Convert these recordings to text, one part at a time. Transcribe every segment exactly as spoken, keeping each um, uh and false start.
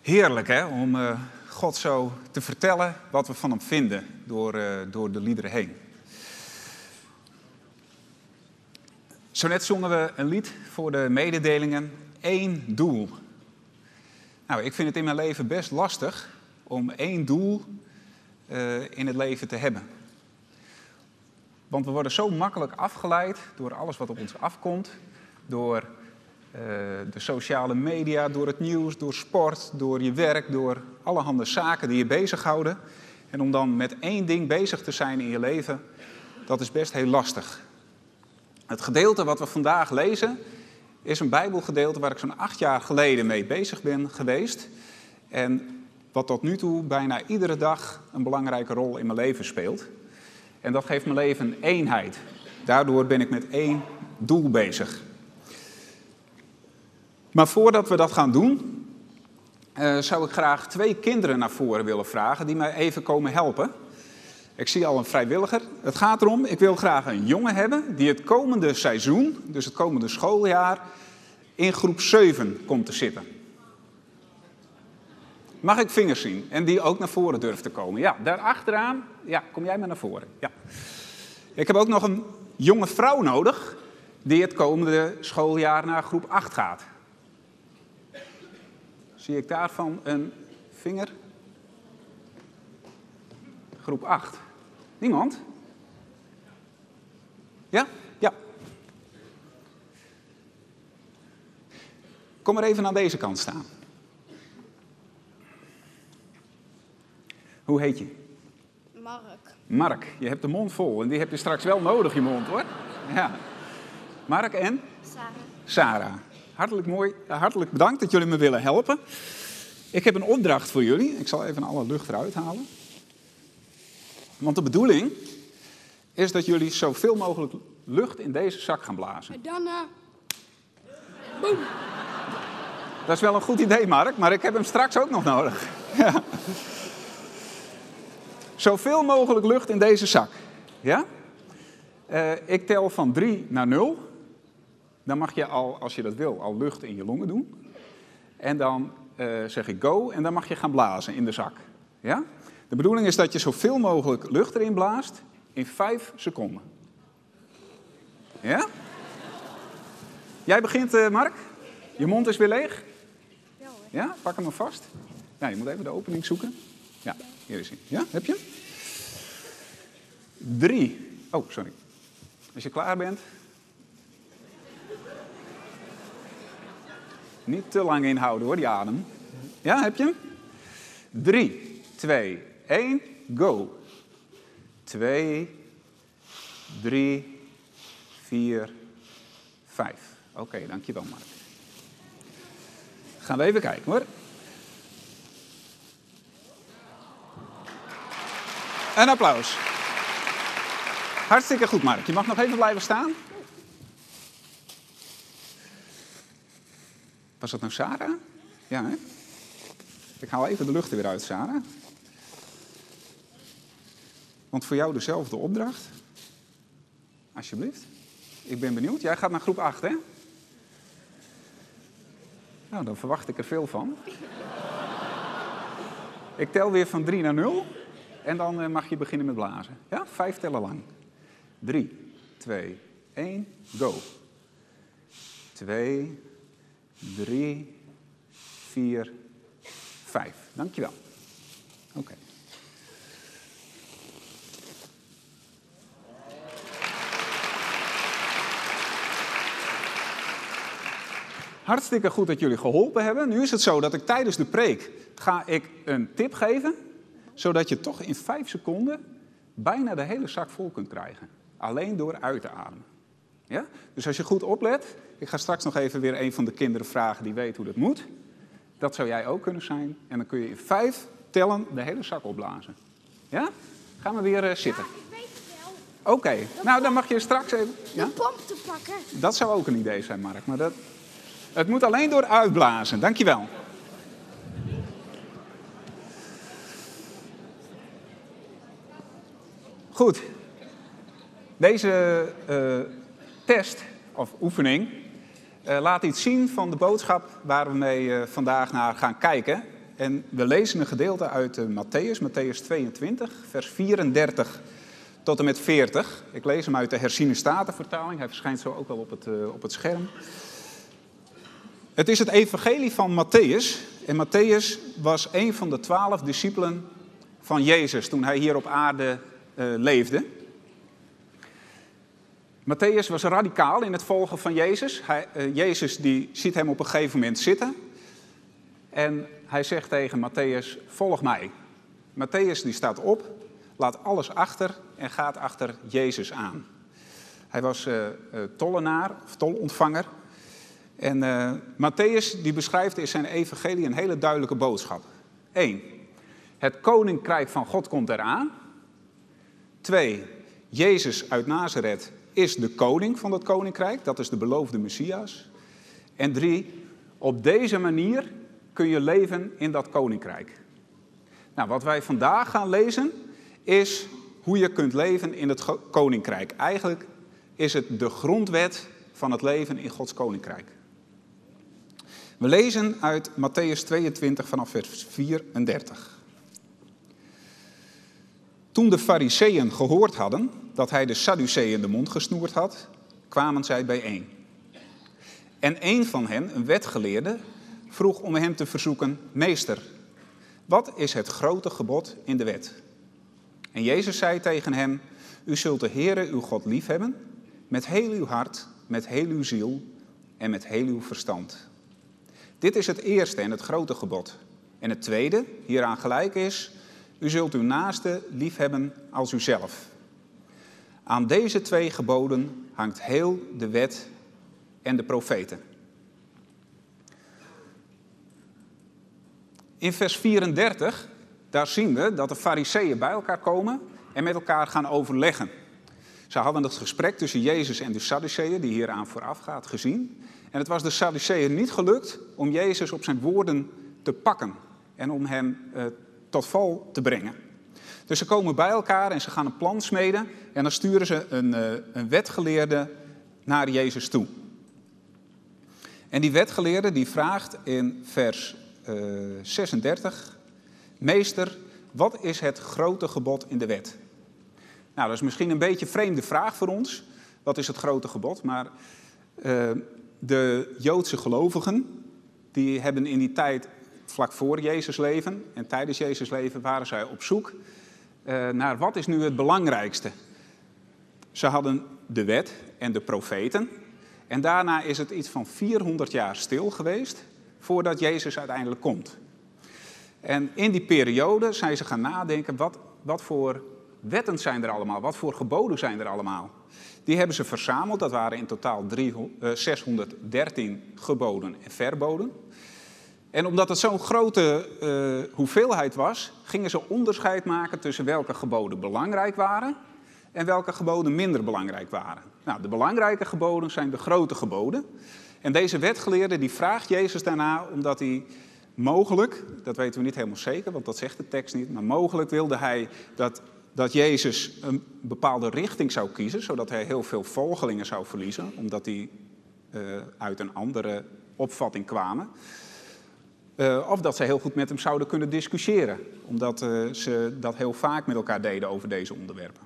Heerlijk hè, om uh, God zo te vertellen wat we van hem vinden door, uh, door de liederen heen. Zo net zongen we een lied voor de mededelingen, één doel. Nou, ik vind het in mijn leven best lastig om één doel uh, in het leven te hebben. Want we worden zo makkelijk afgeleid door alles wat op ons afkomt, door Uh, de sociale media, door het nieuws, door sport, door je werk, door allerhande zaken die je bezighouden. En om dan met één ding bezig te zijn in je leven, dat is best heel lastig. Het gedeelte wat we vandaag lezen is een Bijbelgedeelte waar ik zo'n acht jaar geleden mee bezig ben geweest. En wat tot nu toe bijna iedere dag een belangrijke rol in mijn leven speelt. En dat geeft mijn leven een eenheid. Daardoor ben ik met één doel bezig. Maar voordat we dat gaan doen, uh, zou ik graag twee kinderen naar voren willen vragen die mij even komen helpen. Ik zie al een vrijwilliger. Het gaat erom, ik wil graag een jongen hebben die het komende seizoen, dus het komende schooljaar, in groep zeven komt te zitten. Mag ik vingers zien? En die ook naar voren durft te komen. Ja, daar achteraan, ja, kom jij maar naar voren. Ja. Ik heb ook nog een jonge vrouw nodig die het komende schooljaar naar groep acht gaat. Zie ik daarvan een vinger? Groep acht. Niemand? Ja? Ja. Kom maar even aan deze kant staan. Hoe heet je? Mark. Mark, je hebt de mond vol en die heb je straks wel nodig, je mond hoor. Ja. Mark en? Sarah. Sarah. Hartelijk mooi, hartelijk bedankt dat jullie me willen helpen. Ik heb een opdracht voor jullie. Ik zal even alle lucht eruit halen. Want de bedoeling is dat jullie zoveel mogelijk lucht in deze zak gaan blazen. En dan, uh... boem. Dat is wel een goed idee, Mark, maar ik heb hem straks ook nog nodig. Ja. Zoveel mogelijk lucht in deze zak. Ja? Uh, ik tel van drie naar nul. Dan mag je al, als je dat wil, al lucht in je longen doen. En dan uh, zeg ik go en dan mag je gaan blazen in de zak. Ja? De bedoeling is dat je zoveel mogelijk lucht erin blaast in vijf seconden. Ja? Jij begint, uh, Mark. Je mond is weer leeg. Ja? Pak hem maar vast. Ja, je moet even de opening zoeken. Ja, hier is hij. Ja, heb je hem? Drie. Oh, sorry. Als je klaar bent. Niet te lang inhouden hoor, die adem. Ja, heb je hem? Drie, twee, één, go. Twee, drie, vier, vijf. Oké, okay, dankjewel Mark. Gaan we even kijken hoor. Een applaus. Hartstikke goed Mark. Je mag nog even blijven staan. Was dat nou Sarah? Ja, hè? Ik haal even de lucht er weer uit, Sarah. Want voor jou dezelfde opdracht. Alsjeblieft. Ik ben benieuwd. Jij gaat naar groep acht, hè? Nou, dan verwacht ik er veel van. Ik tel weer van drie naar nul. En dan mag je beginnen met blazen. Ja, vijf tellen lang. Drie, twee, één, go. Twee... Drie, vier, vijf. Dankjewel. Oké. Okay. Hartstikke goed dat jullie geholpen hebben. Nu is het zo dat ik tijdens de preek ga ik een tip geven, zodat je toch in vijf seconden bijna de hele zak vol kunt krijgen. Alleen door uit te ademen. Ja? Dus als je goed oplet, ik ga straks nog even weer een van de kinderen vragen die weet hoe dat moet. Dat zou jij ook kunnen zijn. En dan kun je in vijf tellen de hele zak opblazen. Ja? Gaan we weer uh, zitten. Ja, ik weet het wel. Oké, okay. Nou dan mag je straks even... Ja? De pomp te pakken. Dat zou ook een idee zijn, Mark. Maar dat... het moet alleen door uitblazen. Dankjewel. Goed. Deze... Uh, test of oefening uh, laat iets zien van de boodschap waar we mee uh, vandaag naar gaan kijken. En we lezen een gedeelte uit uh, Matthäus, Matthäus tweeëntwintig, vers vierendertig tot en met veertig. Ik lees hem uit de herziene statenvertaling. Hij verschijnt zo ook wel op het, uh, op het scherm. Het is het evangelie van Matthäus. En Matthäus was een van de twaalf discipelen van Jezus toen hij hier op aarde uh, leefde. Matthäus was radicaal in het volgen van Jezus. Hij, uh, Jezus die ziet hem op een gegeven moment zitten. En hij zegt tegen Matthäus, volg mij. Matthäus die staat op, laat alles achter en gaat achter Jezus aan. Hij was uh, uh, tollenaar of tolontvanger. En uh, Matthäus die beschrijft in zijn evangelie een hele duidelijke boodschap. Eén, het koninkrijk van God komt eraan. Twee, Jezus uit Nazareth is de koning van dat koninkrijk. Dat is de beloofde Messias. En drie, op deze manier kun je leven in dat koninkrijk. Nou, wat wij vandaag gaan lezen is hoe je kunt leven in het koninkrijk. Eigenlijk is het de grondwet van het leven in Gods koninkrijk. We lezen uit Matthäus tweeëntwintig vanaf vers vierendertig. Toen de Farizeeën gehoord hadden dat hij de Sadduceeën de mond gesnoerd had, kwamen zij bijeen. En een van hen, een wetgeleerde, vroeg om hem te verzoeken, meester, wat is het grote gebod in de wet? En Jezus zei tegen hem, u zult de Heere uw God liefhebben, met heel uw hart, met heel uw ziel en met heel uw verstand. Dit is het eerste en het grote gebod. En het tweede, hieraan gelijk is, u zult uw naaste liefhebben als uzelf. Aan deze twee geboden hangt heel de wet en de profeten. In vers vierendertig, daar zien we dat de Farizeeën bij elkaar komen en met elkaar gaan overleggen. Ze hadden het gesprek tussen Jezus en de Sadduceeën, die hieraan vooraf gaat, gezien. En het was de Sadduceeën niet gelukt om Jezus op zijn woorden te pakken en om hem uh, tot val te brengen. Dus ze komen bij elkaar en ze gaan een plan smeden en dan sturen ze een, uh, een wetgeleerde naar Jezus toe. En die wetgeleerde die vraagt in vers uh, zesendertig, meester, wat is het grote gebod in de wet? Nou, dat is misschien een beetje een vreemde vraag voor ons. Wat is het grote gebod? Maar uh, de Joodse gelovigen, die hebben in die tijd vlak voor Jezus leven en tijdens Jezus leven waren zij op zoek uh, naar wat is nu het belangrijkste. Ze hadden de wet en de profeten en daarna is het iets van vierhonderd jaar stil geweest voordat Jezus uiteindelijk komt. En in die periode zijn ze gaan nadenken, wat, wat voor wetten zijn er allemaal, wat voor geboden zijn er allemaal. Die hebben ze verzameld, dat waren in totaal zeshonderddertien geboden en verboden. En omdat het zo'n grote uh, hoeveelheid was, gingen ze onderscheid maken tussen welke geboden belangrijk waren en welke geboden minder belangrijk waren. Nou, de belangrijke geboden zijn de grote geboden. En deze wetgeleerde die vraagt Jezus daarna omdat hij mogelijk, dat weten we niet helemaal zeker, want dat zegt de tekst niet, maar mogelijk wilde hij dat, dat Jezus een bepaalde richting zou kiezen, zodat hij heel veel volgelingen zou verliezen, omdat die uh, uit een andere opvatting kwamen. Uh, of dat ze heel goed met hem zouden kunnen discussiëren, omdat uh, ze dat heel vaak met elkaar deden over deze onderwerpen.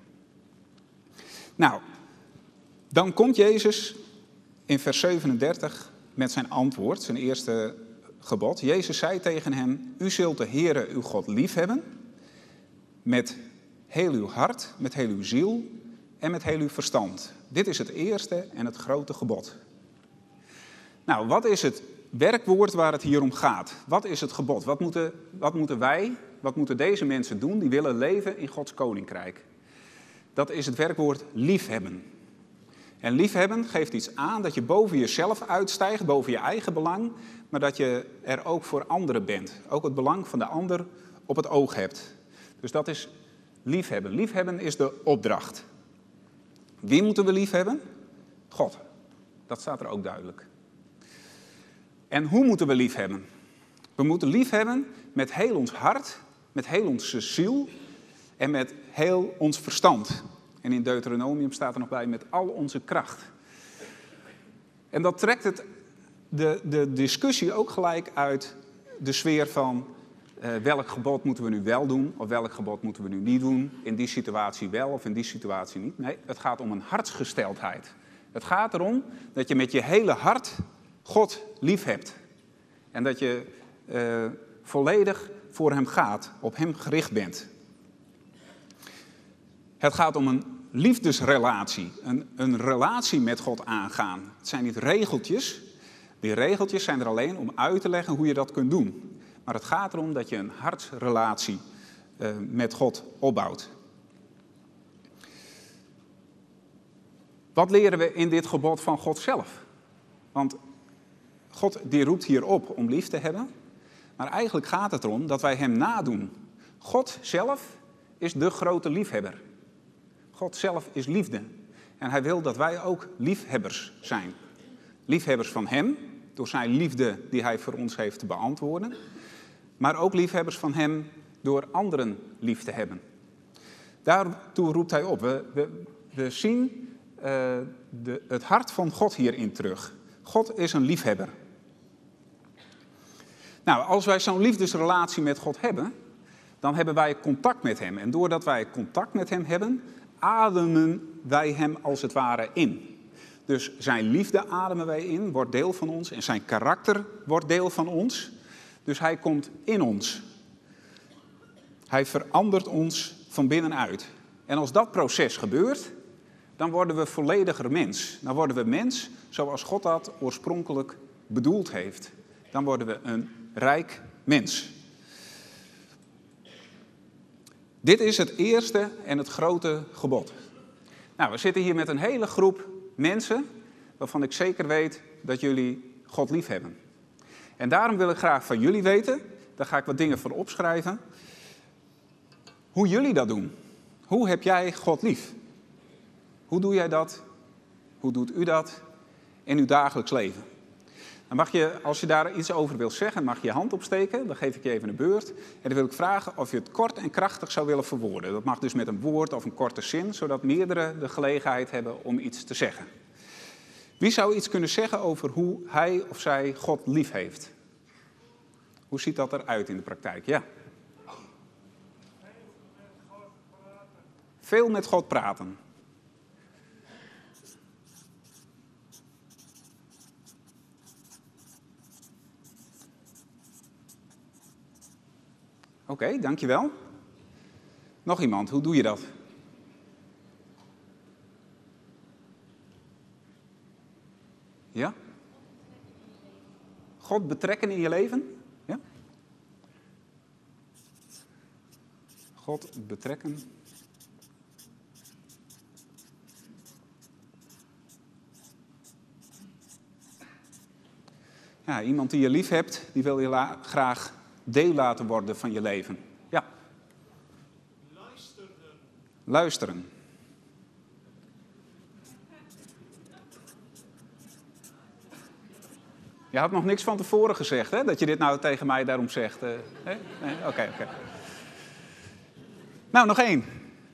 Nou, dan komt Jezus in vers zevenendertig met zijn antwoord, zijn eerste gebod. Jezus zei tegen hem, u zult de Heere uw God liefhebben met heel uw hart, met heel uw ziel en met heel uw verstand. Dit is het eerste en het grote gebod. Nou, wat is het werkwoord waar het hier om gaat? Wat is het gebod? Wat moeten, wat moeten wij, wat moeten deze mensen doen die willen leven in Gods koninkrijk? Dat is het werkwoord liefhebben. En liefhebben geeft iets aan dat je boven jezelf uitstijgt, boven je eigen belang, maar dat je er ook voor anderen bent. Ook het belang van de ander op het oog hebt. Dus dat is liefhebben. Liefhebben is de opdracht. Wie moeten we liefhebben? God. Dat staat er ook duidelijk. En hoe moeten we liefhebben? We moeten liefhebben met heel ons hart, met heel onze ziel en met heel ons verstand. En in Deuteronomium staat er nog bij met al onze kracht. En dat trekt het, de, de discussie ook gelijk uit de sfeer van uh, welk gebod moeten we nu wel doen of welk gebod moeten we nu niet doen. In die situatie wel of in die situatie niet. Nee, het gaat om een hartsgesteldheid. Het gaat erom dat je met je hele hart God lief hebt. En dat je uh, volledig voor hem gaat, op hem gericht bent. Het gaat om een liefdesrelatie, een, een relatie met God aangaan. Het zijn niet regeltjes. Die regeltjes zijn er alleen om uit te leggen hoe je dat kunt doen. Maar het gaat erom dat je een hartsrelatie uh, met God opbouwt. Wat leren we in dit gebod van God zelf? Want God die roept hier op om lief te hebben. Maar eigenlijk gaat het erom dat wij hem nadoen. God zelf is de grote liefhebber. God zelf is liefde. En hij wil dat wij ook liefhebbers zijn. Liefhebbers van hem, door zijn liefde die hij voor ons heeft te beantwoorden. Maar ook liefhebbers van hem door anderen lief te hebben. Daartoe roept hij op. We, we, we zien uh, de, het hart van God hierin terug. God is een liefhebber. Nou, als wij zo'n liefdesrelatie met God hebben, dan hebben wij contact met hem. En doordat wij contact met hem hebben, ademen wij hem als het ware in. Dus zijn liefde ademen wij in, wordt deel van ons. En zijn karakter wordt deel van ons. Dus hij komt in ons. Hij verandert ons van binnenuit. En als dat proces gebeurt, dan worden we vollediger mens. Dan worden we mens zoals God dat oorspronkelijk bedoeld heeft. Dan worden we een rijk mens. Dit is het eerste en het grote gebod. Nou, we zitten hier met een hele groep mensen waarvan ik zeker weet dat jullie God lief hebben. En daarom wil ik graag van jullie weten, daar ga ik wat dingen voor opschrijven, hoe jullie dat doen. Hoe heb jij God lief? Hoe doe jij dat? Hoe doet u dat in uw dagelijks leven? Dan mag je, als je daar iets over wilt zeggen, mag je je hand opsteken. Dan geef ik je even een beurt. En dan wil ik vragen of je het kort en krachtig zou willen verwoorden. Dat mag dus met een woord of een korte zin, zodat meerdere de gelegenheid hebben om iets te zeggen. Wie zou iets kunnen zeggen over hoe hij of zij God lief heeft? Hoe ziet dat eruit in de praktijk? Ja. Veel met God praten. Oké, okay, dankjewel. Nog iemand, hoe doe je dat? Ja? God betrekken in je leven? Ja? God betrekken. Ja, iemand die je lief hebt, die wil je la- graag deel laten worden van je leven. Ja. Luisteren. Luisteren. Je had nog niks van tevoren gezegd, hè? Dat je dit nou tegen mij daarom zegt. Uh, nee? Nee? Oké, okay, oké. Okay. Nou, nog één.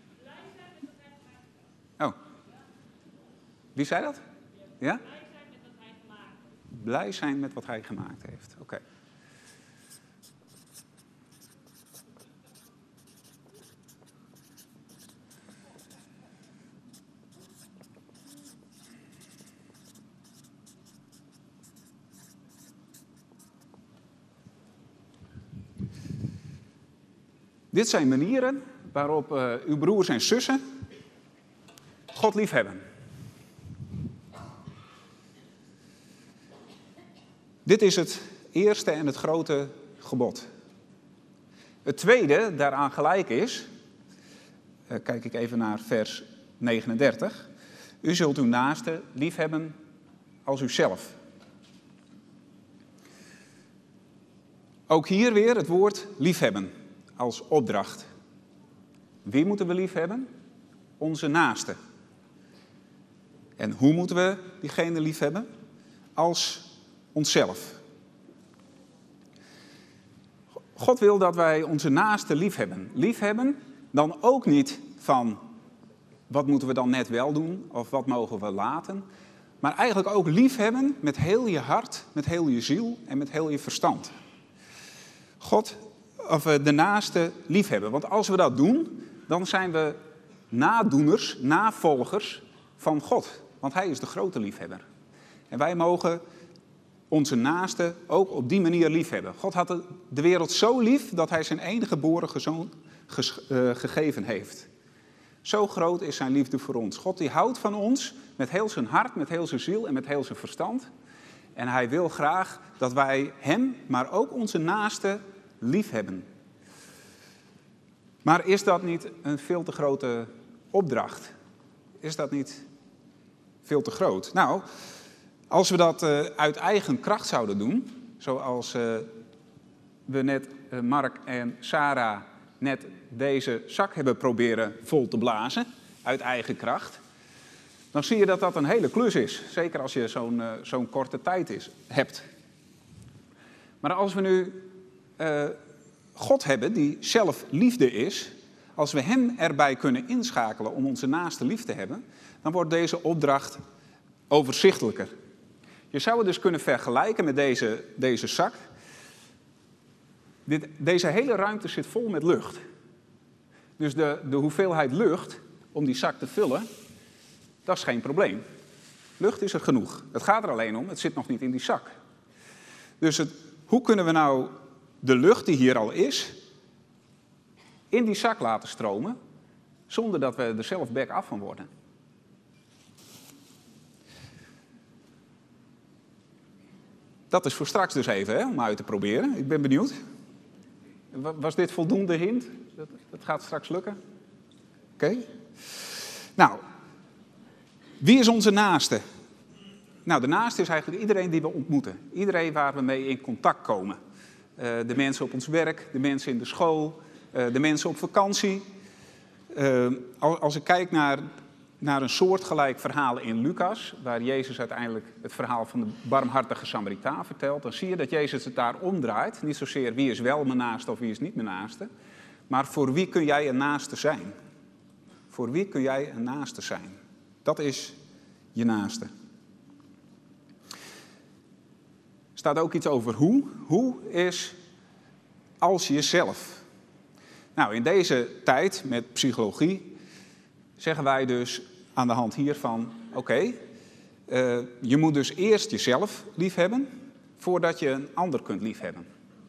Oh. Wie zei dat? Ja? Blij zijn met wat hij gemaakt heeft. Oké. Okay. Dit zijn manieren waarop uh, uw broers en zussen God lief hebben. Dit is het eerste en het grote gebod. Het tweede daaraan gelijk is, uh, kijk ik even naar vers negenendertig. U zult uw naaste lief hebben als uzelf. Ook hier weer het woord liefhebben als opdracht. Wie moeten we lief hebben? Onze naaste. En hoe moeten we diegene lief hebben? Als onszelf. God wil dat wij onze naaste lief hebben. Lief hebben dan ook niet van wat moeten we dan net wel doen of wat mogen we laten. Maar eigenlijk ook lief hebben met heel je hart, met heel je ziel en met heel je verstand. God of uh, de naaste liefhebben. Want als we dat doen, dan zijn we nadoeners, navolgers van God. Want hij is de grote liefhebber. En wij mogen onze naaste ook op die manier liefhebben. God had de wereld zo lief dat hij zijn enige geboren zoon ges- uh, gegeven heeft. Zo groot is zijn liefde voor ons. God die houdt van ons met heel zijn hart, met heel zijn ziel en met heel zijn verstand. En hij wil graag dat wij hem, maar ook onze naaste liefhebben. Maar is dat niet een veel te grote opdracht? Is dat niet veel te groot? Nou, als we dat uh, uit eigen kracht zouden doen, zoals uh, we net uh, Mark en Sarah net deze zak hebben proberen vol te blazen, uit eigen kracht, dan zie je dat dat een hele klus is. Zeker als je zo'n uh, zo'n korte tijd is, hebt. Maar als we nu uh, God hebben die zelf liefde is, als we hem erbij kunnen inschakelen om onze naaste lief te hebben, dan wordt deze opdracht overzichtelijker. Je zou het dus kunnen vergelijken met deze, deze zak. Dit, deze hele ruimte zit vol met lucht. Dus de, de hoeveelheid lucht om die zak te vullen, dat is geen probleem. Lucht is er genoeg. Het gaat er alleen om, het zit nog niet in die zak. Dus het, hoe kunnen we nou de lucht die hier al is, in die zak laten stromen, zonder dat we er zelf back af van worden? Dat is voor straks dus even, hè, om uit te proberen. Ik ben benieuwd. Was dit voldoende hint? Dat, dat gaat straks lukken? Oké. Okay. Nou, wie is onze naaste? Nou, de naaste is eigenlijk iedereen die we ontmoeten. Iedereen waar we mee in contact komen. Uh, de mensen op ons werk, de mensen in de school, uh, de mensen op vakantie. Uh, als ik kijk naar, naar een soortgelijk verhaal in Lucas, waar Jezus uiteindelijk het verhaal van de barmhartige Samaritaan vertelt, dan zie je dat Jezus het daar omdraait. Niet zozeer wie is wel mijn naaste of wie is niet mijn naaste, maar voor wie kun jij een naaste zijn? Voor wie kun jij een naaste zijn? Dat is je naaste. Er staat ook iets over hoe. Hoe is als jezelf. Nou, in deze tijd met psychologie zeggen wij dus aan de hand hiervan, oké, okay, uh, je moet dus eerst jezelf liefhebben voordat je een ander kunt liefhebben.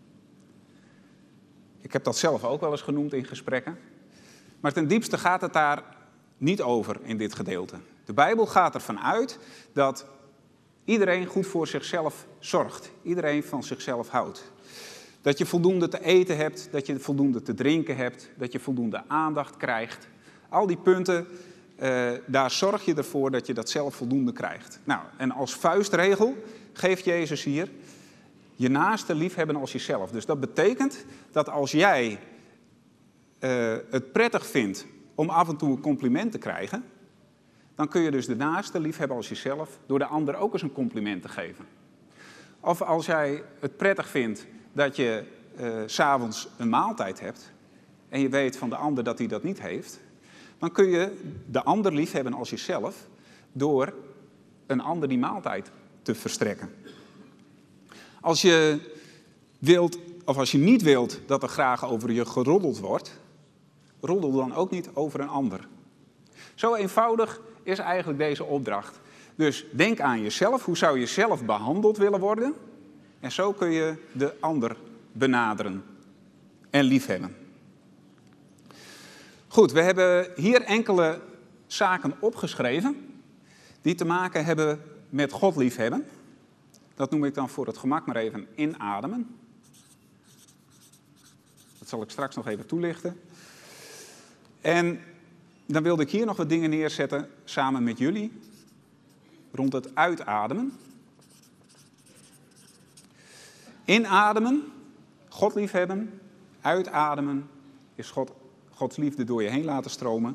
Ik heb dat zelf ook wel eens genoemd in gesprekken. Maar ten diepste gaat het daar niet over in dit gedeelte. De Bijbel gaat ervan uit dat iedereen goed voor zichzelf zorgt. Iedereen van zichzelf houdt. Dat je voldoende te eten hebt, dat je voldoende te drinken hebt, dat je voldoende aandacht krijgt. Al die punten, uh, daar zorg je ervoor dat je dat zelf voldoende krijgt. Nou, en als vuistregel geeft Jezus hier je naaste liefhebben als jezelf. Dus dat betekent dat als jij uh, het prettig vindt om af en toe een compliment te krijgen, dan kun je dus de naaste liefhebben als jezelf door de ander ook eens een compliment te geven. Of als jij het prettig vindt dat je uh, 's avonds een maaltijd hebt en je weet van de ander dat hij dat niet heeft, dan kun je de ander liefhebben als jezelf door een ander die maaltijd te verstrekken. Als je wilt, of als je niet wilt dat er graag over je geroddeld wordt, roddel dan ook niet over een ander. Zo eenvoudig is eigenlijk deze opdracht. Dus denk aan jezelf, hoe zou je zelf behandeld willen worden? En zo kun je de ander benaderen en liefhebben. Goed, we hebben hier enkele zaken opgeschreven die te maken hebben met God liefhebben. Dat noem ik dan voor het gemak maar even inademen. Dat zal ik straks nog even toelichten. En dan wilde ik hier nog wat dingen neerzetten samen met jullie rond het uitademen. Inademen, God liefhebben. Uitademen is God, Gods liefde door je heen laten stromen.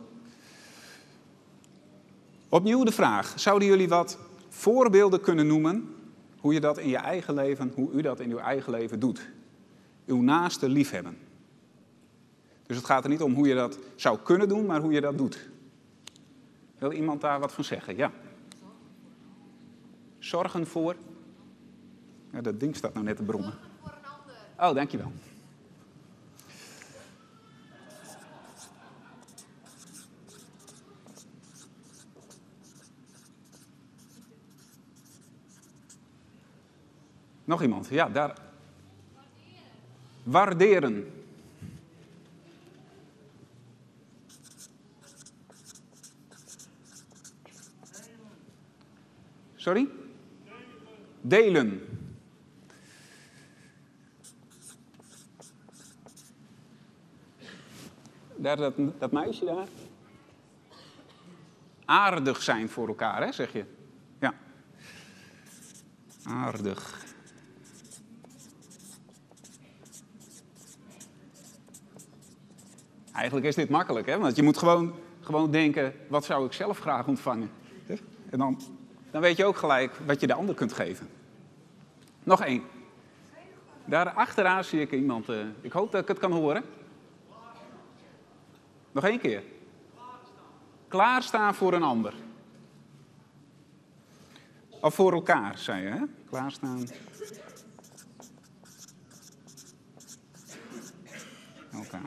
Opnieuw de vraag, zouden jullie wat voorbeelden kunnen noemen hoe je dat in je eigen leven, hoe u dat in uw eigen leven doet? Uw naaste liefhebben. Dus het gaat er niet om hoe je dat zou kunnen doen, maar hoe je dat doet. Wil iemand daar wat van zeggen? Ja. Zorgen voor? Ja, dat ding staat nou net te brommen. Oh, dankjewel. Nog iemand? Ja, daar. Waarderen. Sorry? Delen. Daar, dat, dat meisje daar. Aardig zijn voor elkaar, hè, zeg je? Ja. Aardig. Eigenlijk is dit makkelijk, hè? Want je moet gewoon, gewoon denken, wat zou ik zelf graag ontvangen? En dan, dan weet je ook gelijk wat je de ander kunt geven. Nog één. Daar achteraan zie ik iemand. Uh, ik hoop dat ik het kan horen. Nog één keer. Klaarstaan voor een ander. Of voor elkaar, zei je, hè? Klaarstaan. Elkaar.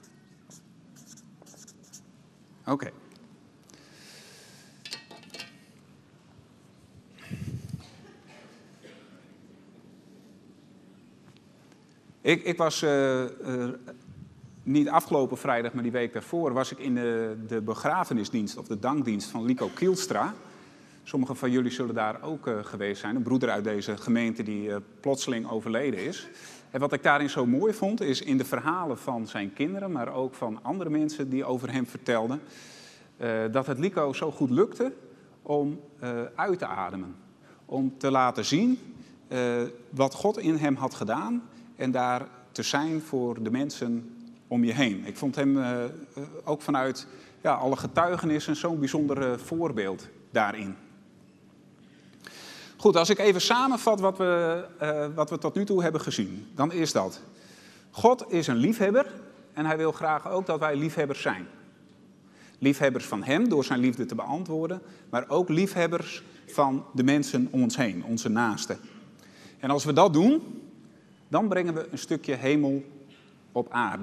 Oké. Okay. Ik, ik was uh, uh, niet afgelopen vrijdag, maar die week daarvoor was ik in de, de begrafenisdienst of de dankdienst van Lico Kielstra. Sommigen van jullie zullen daar ook uh, geweest zijn. Een broeder uit deze gemeente die uh, plotseling overleden is. En wat ik daarin zo mooi vond, is in de verhalen van zijn kinderen, maar ook van andere mensen die over hem vertelden, uh, dat het Lico zo goed lukte om uh, uit te ademen. Om te laten zien uh, wat God in hem had gedaan en daar te zijn voor de mensen om je heen. Ik vond hem uh, ook vanuit ja, alle getuigenissen zo'n bijzonder uh, voorbeeld daarin. Goed, als ik even samenvat wat we, uh, wat we tot nu toe hebben gezien, dan is dat: God is een liefhebber en hij wil graag ook dat wij liefhebbers zijn. Liefhebbers van hem door zijn liefde te beantwoorden, maar ook liefhebbers van de mensen om ons heen, onze naasten. En als we dat doen, dan brengen we een stukje hemel op aarde.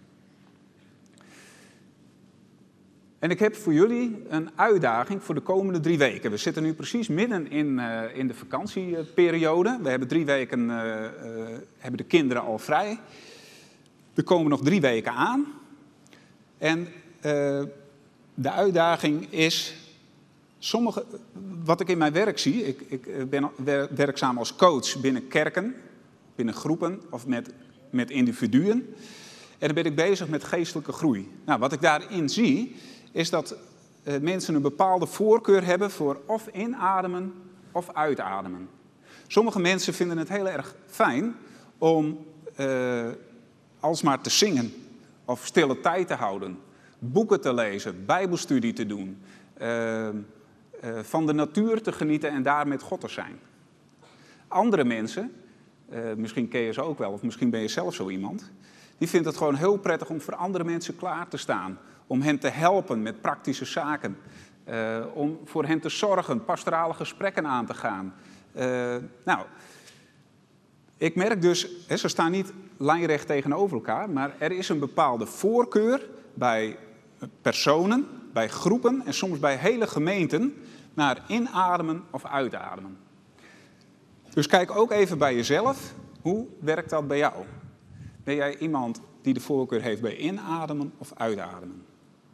En ik heb voor jullie een uitdaging voor de komende drie weken. We zitten nu precies midden in, uh, in de vakantieperiode. We hebben drie weken, uh, uh, hebben de kinderen al vrij. Er komen nog drie weken aan. En uh, de uitdaging is, sommige, wat ik in mijn werk zie, ik, ik ben werkzaam als coach binnen kerken, binnen groepen of met, met individuen. En dan ben ik bezig met geestelijke groei. Nou, wat ik daarin zie, is dat uh, mensen een bepaalde voorkeur hebben voor of inademen of uitademen. Sommige mensen vinden het heel erg fijn om uh, alsmaar te zingen of stille tijd te houden, boeken te lezen, bijbelstudie te doen, uh, uh, van de natuur te genieten en daar met God te zijn. Andere mensen, uh, misschien ken je ze ook wel of misschien ben je zelf zo iemand, die vindt het gewoon heel prettig om voor andere mensen klaar te staan. Om hen te helpen met praktische zaken. Uh, om voor hen te zorgen, pastorale gesprekken aan te gaan. Uh, nou, ik merk dus, hè, ze staan niet lijnrecht tegenover elkaar, maar er is een bepaalde voorkeur bij personen, bij groepen en soms bij hele gemeenten naar inademen of uitademen. Dus kijk ook even bij jezelf, hoe werkt dat bij jou? Ben jij iemand die de voorkeur heeft bij inademen of uitademen?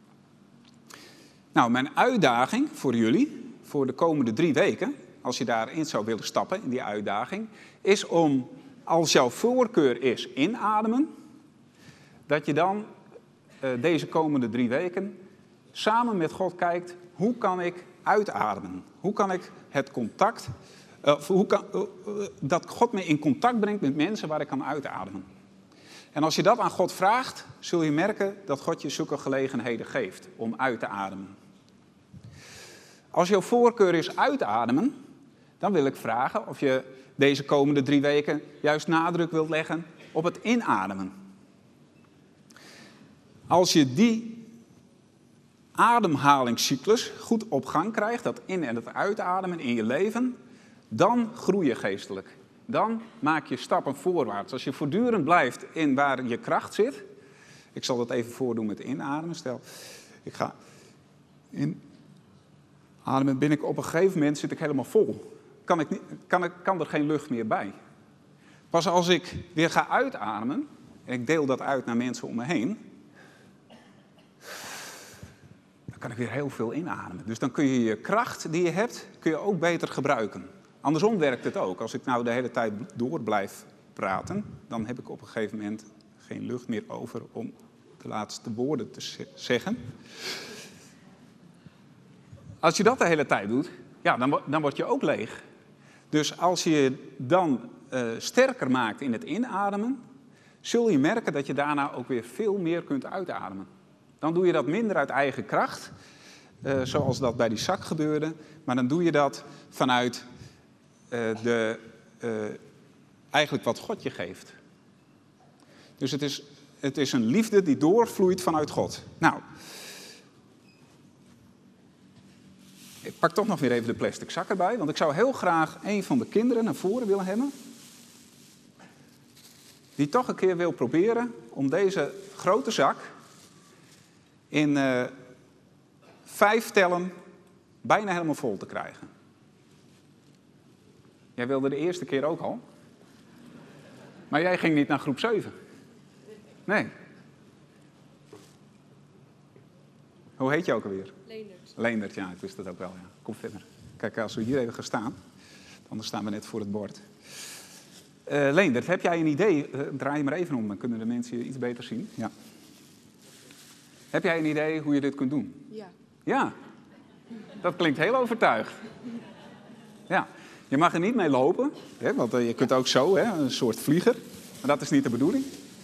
Nou, mijn uitdaging voor jullie, voor de komende drie weken, als je daarin zou willen stappen, in die uitdaging, is om, als jouw voorkeur is inademen, dat je dan uh, deze komende drie weken samen met God kijkt, hoe kan ik uitademen? Hoe kan ik het contact, uh, hoe kan, uh, uh, dat God me in contact brengt met mensen waar ik kan uitademen? En als je dat aan God vraagt, zul je merken dat God je zulke gelegenheden geeft om uit te ademen. Als jouw voorkeur is uitademen, dan wil ik vragen of je deze komende drie weken juist nadruk wilt leggen op het inademen. Als je die ademhalingscyclus goed op gang krijgt, dat in- en het uitademen in je leven, dan groei je geestelijk. Dan maak je stappen voorwaarts. Als je voortdurend blijft in waar je kracht zit. Ik zal dat even voordoen met inademen. Stel, ik ga inademen. Ben ik op een gegeven moment zit ik helemaal vol. Kan, ik niet, kan, ik, kan er geen lucht meer bij. Pas als ik weer ga uitademen, en ik deel dat uit naar mensen om me heen, dan kan ik weer heel veel inademen. Dus dan kun je je kracht die je hebt, kun je ook beter gebruiken. Andersom werkt het ook. Als ik nou de hele tijd door blijf praten, dan heb ik op een gegeven moment geen lucht meer over om de laatste woorden te zeggen. Als je dat de hele tijd doet, ja, dan, dan word je ook leeg. Dus als je je dan uh, sterker maakt in het inademen, zul je merken dat je daarna ook weer veel meer kunt uitademen. Dan doe je dat minder uit eigen kracht, uh, zoals dat bij die zak gebeurde. Maar dan doe je dat vanuit uh, de, uh, eigenlijk wat God je geeft. Dus het is, het is een liefde die doorvloeit vanuit God. Nou, ik pak toch nog weer even de plastic zak erbij, want ik zou heel graag een van de kinderen naar voren willen hebben. Die toch een keer wil proberen om deze grote zak in uh, vijf tellen bijna helemaal vol te krijgen. Jij wilde de eerste keer ook al. Maar jij ging niet naar groep zeven. Nee. Hoe heet je ook alweer? Leendert. Leendert, ja, ik wist dat ook wel. Ja. Kom verder. Kijk, als we hier even gaan staan, anders staan we net voor het bord. Uh, Leendert, heb jij een idee? Uh, draai je maar even om, dan kunnen de mensen je iets beter zien. Ja. Heb jij een idee hoe je dit kunt doen? Ja. Ja. Dat klinkt heel overtuigd. Ja. Je mag er niet mee lopen, hè, want uh, je kunt ook zo, hè, een soort vlieger. Maar dat is niet de bedoeling.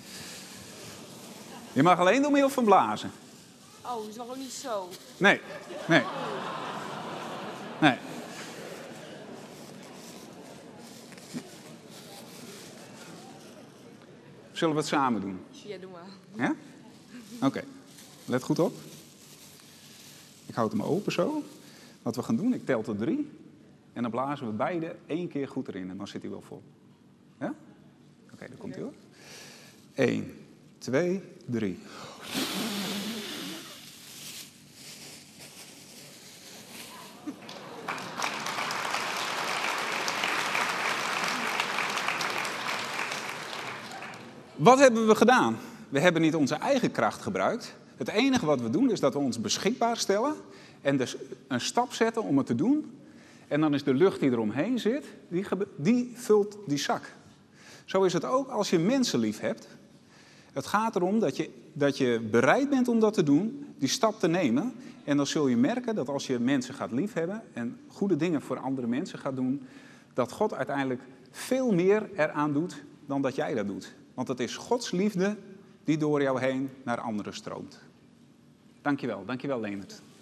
Je mag alleen door middel van blazen. Oh, het is wel ook niet zo. Nee, nee. Nee. Zullen we het samen doen? Ja, doe maar. Ja? Oké. Okay. Let goed op. Ik houd hem open zo. Wat we gaan doen, ik tel tot drie. En dan blazen we beide één keer goed erin. En dan zit hij wel vol. Ja? Oké, okay, daar komt hij hoor. Eén, twee, drie. Wat hebben we gedaan? We hebben niet onze eigen kracht gebruikt. Het enige wat we doen is dat we ons beschikbaar stellen en dus een stap zetten om het te doen. En dan is de lucht die eromheen zit, die, die vult die zak. Zo is het ook als je mensen lief hebt. Het gaat erom dat je, dat je bereid bent om dat te doen, die stap te nemen. En dan zul je merken dat als je mensen gaat liefhebben en goede dingen voor andere mensen gaat doen, dat God uiteindelijk veel meer eraan doet dan dat jij dat doet. Want het is Gods liefde die door jou heen naar anderen stroomt. Dankjewel, dankjewel Leendert.